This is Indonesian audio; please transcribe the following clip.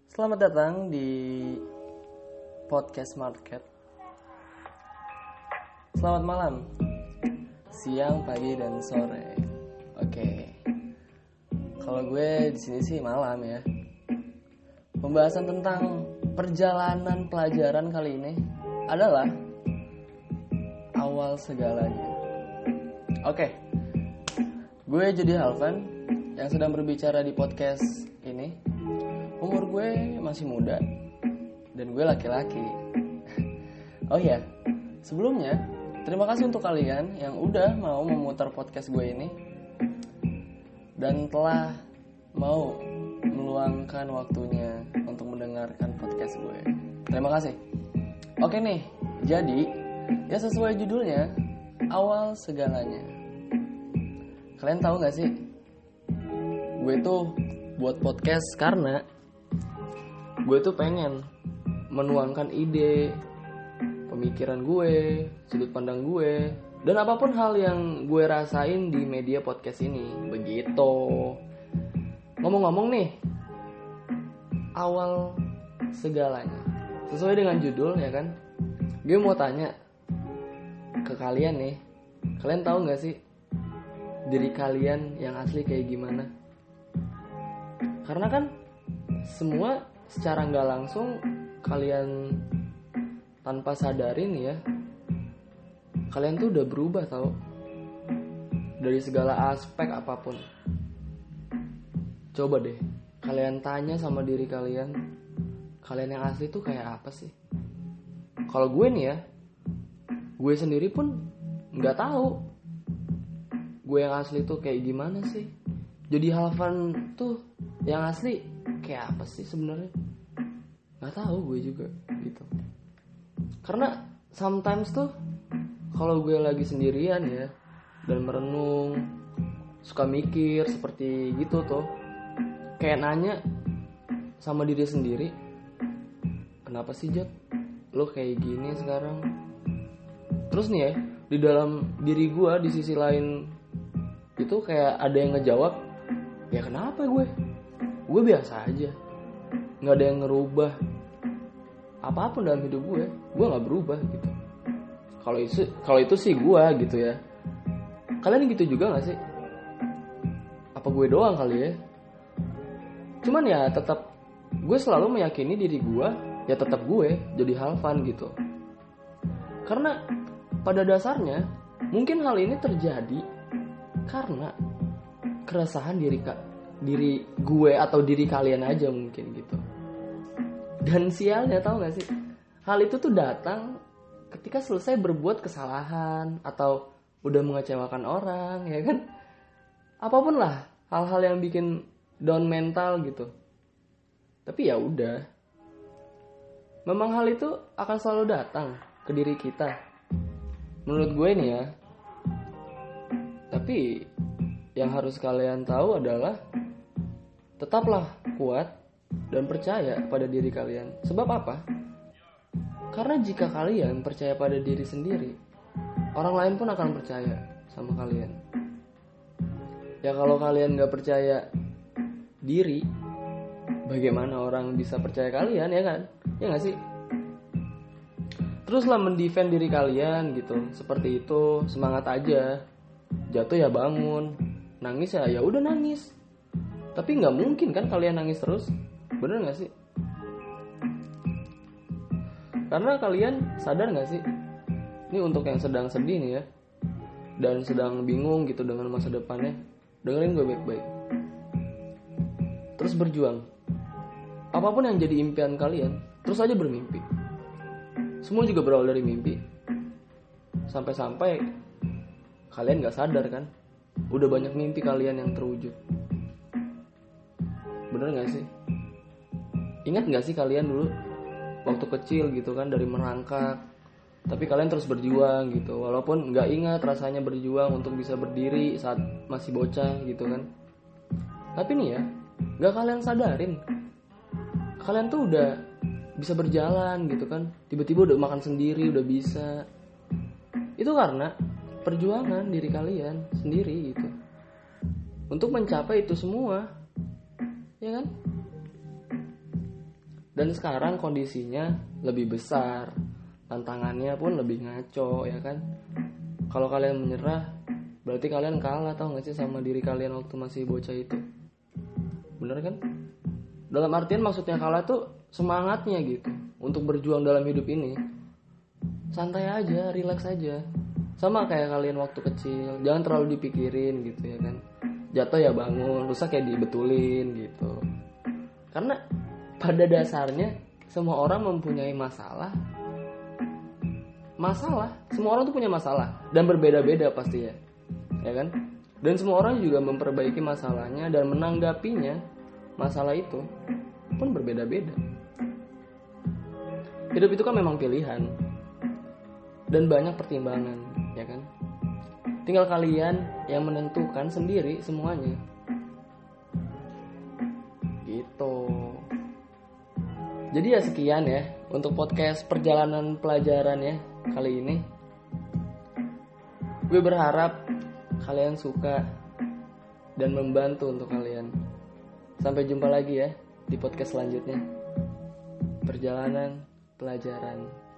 Selamat datang di podcast Market. Selamat malam, siang, pagi, dan sore. Oke, kalau gue di sini sih malam ya. Pembahasan tentang perjalanan pelajaran kali ini adalah awal segalanya. Oke, gue Jody Halvan yang sedang berbicara di podcast ini. Umur gue masih muda dan gue laki-laki. Oh iya, sebelumnya terima kasih untuk kalian yang udah mau memutar podcast gue ini dan telah mau meluangkan waktunya untuk mendengarkan podcast gue. Terima kasih. Oke nih, jadi ya sesuai judulnya, awal segalanya. Kalian tahu gak sih, gue tuh buat podcast karena gue tuh pengen menuangkan ide, pemikiran gue, sudut pandang gue, dan apapun hal yang gue rasain di media podcast ini. Begitu. Ngomong-ngomong nih, awal segalanya. Sesuai dengan judul ya kan. Gue mau tanya ke kalian nih, kalian tahu gak sih diri kalian yang asli kayak gimana? Karena kan semua secara gak langsung kalian tanpa sadarin ya, kalian tuh udah berubah tau, dari segala aspek apapun. Coba deh kalian tanya sama diri kalian, kalian yang asli tuh kayak apa sih? Kalau gue nih ya, gue sendiri pun gak tahu gue yang asli tuh kayak gimana sih. Jadi Halvan tuh yang asli kayak apa sih sebenarnya? Gak tahu gue juga gitu. Karena sometimes tuh kalau gue lagi sendirian ya dan merenung, suka mikir seperti gitu tuh, kayak nanya sama diri sendiri, kenapa sih Jod lo kayak gini sekarang? Terus nih ya, di dalam diri gue di sisi lain itu kayak ada yang ngejawab, ya kenapa gue biasa aja, nggak ada yang ngerubah apapun dalam hidup gue nggak berubah gitu. Kalau itu sih gue gitu ya. Kalian gitu juga nggak sih? Apa gue doang kali ya? Cuman ya tetap gue selalu meyakini diri gue ya tetap gue jadi Halvan gitu. Karena pada dasarnya mungkin hal ini terjadi karena keresahan diri gue atau diri kalian aja mungkin gitu. Dan sialnya tahu gak sih, hal itu tuh datang ketika selesai berbuat kesalahan atau udah mengecewakan orang ya kan. Apapun lah hal-hal yang bikin down mental gitu. Tapi ya udah, memang hal itu akan selalu datang ke diri kita menurut gue nih ya. Tapi yang harus kalian tahu adalah tetaplah kuat dan percaya pada diri kalian. Sebab apa? Karena jika kalian percaya pada diri sendiri, orang lain pun akan percaya sama kalian. Ya kalau kalian gak percaya diri, bagaimana orang bisa percaya kalian ya kan? Ya gak sih? Teruslah mendefend diri kalian gitu. Seperti itu, semangat aja. Jatuh ya bangun, nangis ya udah nangis. Tapi nggak mungkin kan kalian nangis terus, bener nggak sih? Karena kalian sadar nggak sih? Ini untuk yang sedang sedih nih ya, dan sedang bingung gitu dengan masa depannya, dengerin gue baik-baik. Terus berjuang. Apapun yang jadi impian kalian, terus aja bermimpi. Semua juga berawal dari mimpi. Sampai-sampai kalian gak sadar kan, udah banyak mimpi kalian yang terwujud. Bener gak sih? Ingat gak sih kalian dulu waktu kecil gitu kan, dari merangkak, tapi kalian terus berjuang gitu, walaupun gak ingat rasanya berjuang untuk bisa berdiri saat masih bocah gitu kan. Tapi nih ya, gak kalian sadarin, kalian tuh udah bisa berjalan gitu kan, tiba-tiba udah makan sendiri, udah bisa. Itu karena perjuangan diri kalian sendiri gitu untuk mencapai itu semua, ya kan? Dan sekarang kondisinya lebih besar, tantangannya pun lebih ngaco, ya kan? Kalau kalian menyerah, berarti kalian kalah, tau gak sih, sama diri kalian waktu masih bocah itu. Bener kan? Dalam artian maksudnya kalah tuh semangatnya gitu, untuk berjuang dalam hidup ini. Santai aja, relax aja. Sama kayak kalian waktu kecil, jangan terlalu dipikirin gitu, ya kan? Jatuh ya bangun, rusak ya dibetulin gitu. Karena pada dasarnya semua orang mempunyai masalah. Semua orang tuh punya masalah dan berbeda-beda pasti ya kan? Dan semua orang juga memperbaiki masalahnya dan menanggapinya, masalah itu pun berbeda-beda. Hidup itu kan memang pilihan dan banyak pertimbangan, ya kan? Tinggal kalian yang menentukan sendiri semuanya. Gitu. Jadi ya sekian ya untuk podcast perjalanan pelajaran ya kali ini. Gue berharap kalian suka dan membantu untuk kalian. Sampai jumpa lagi ya di podcast selanjutnya. Perjalanan pelajaran.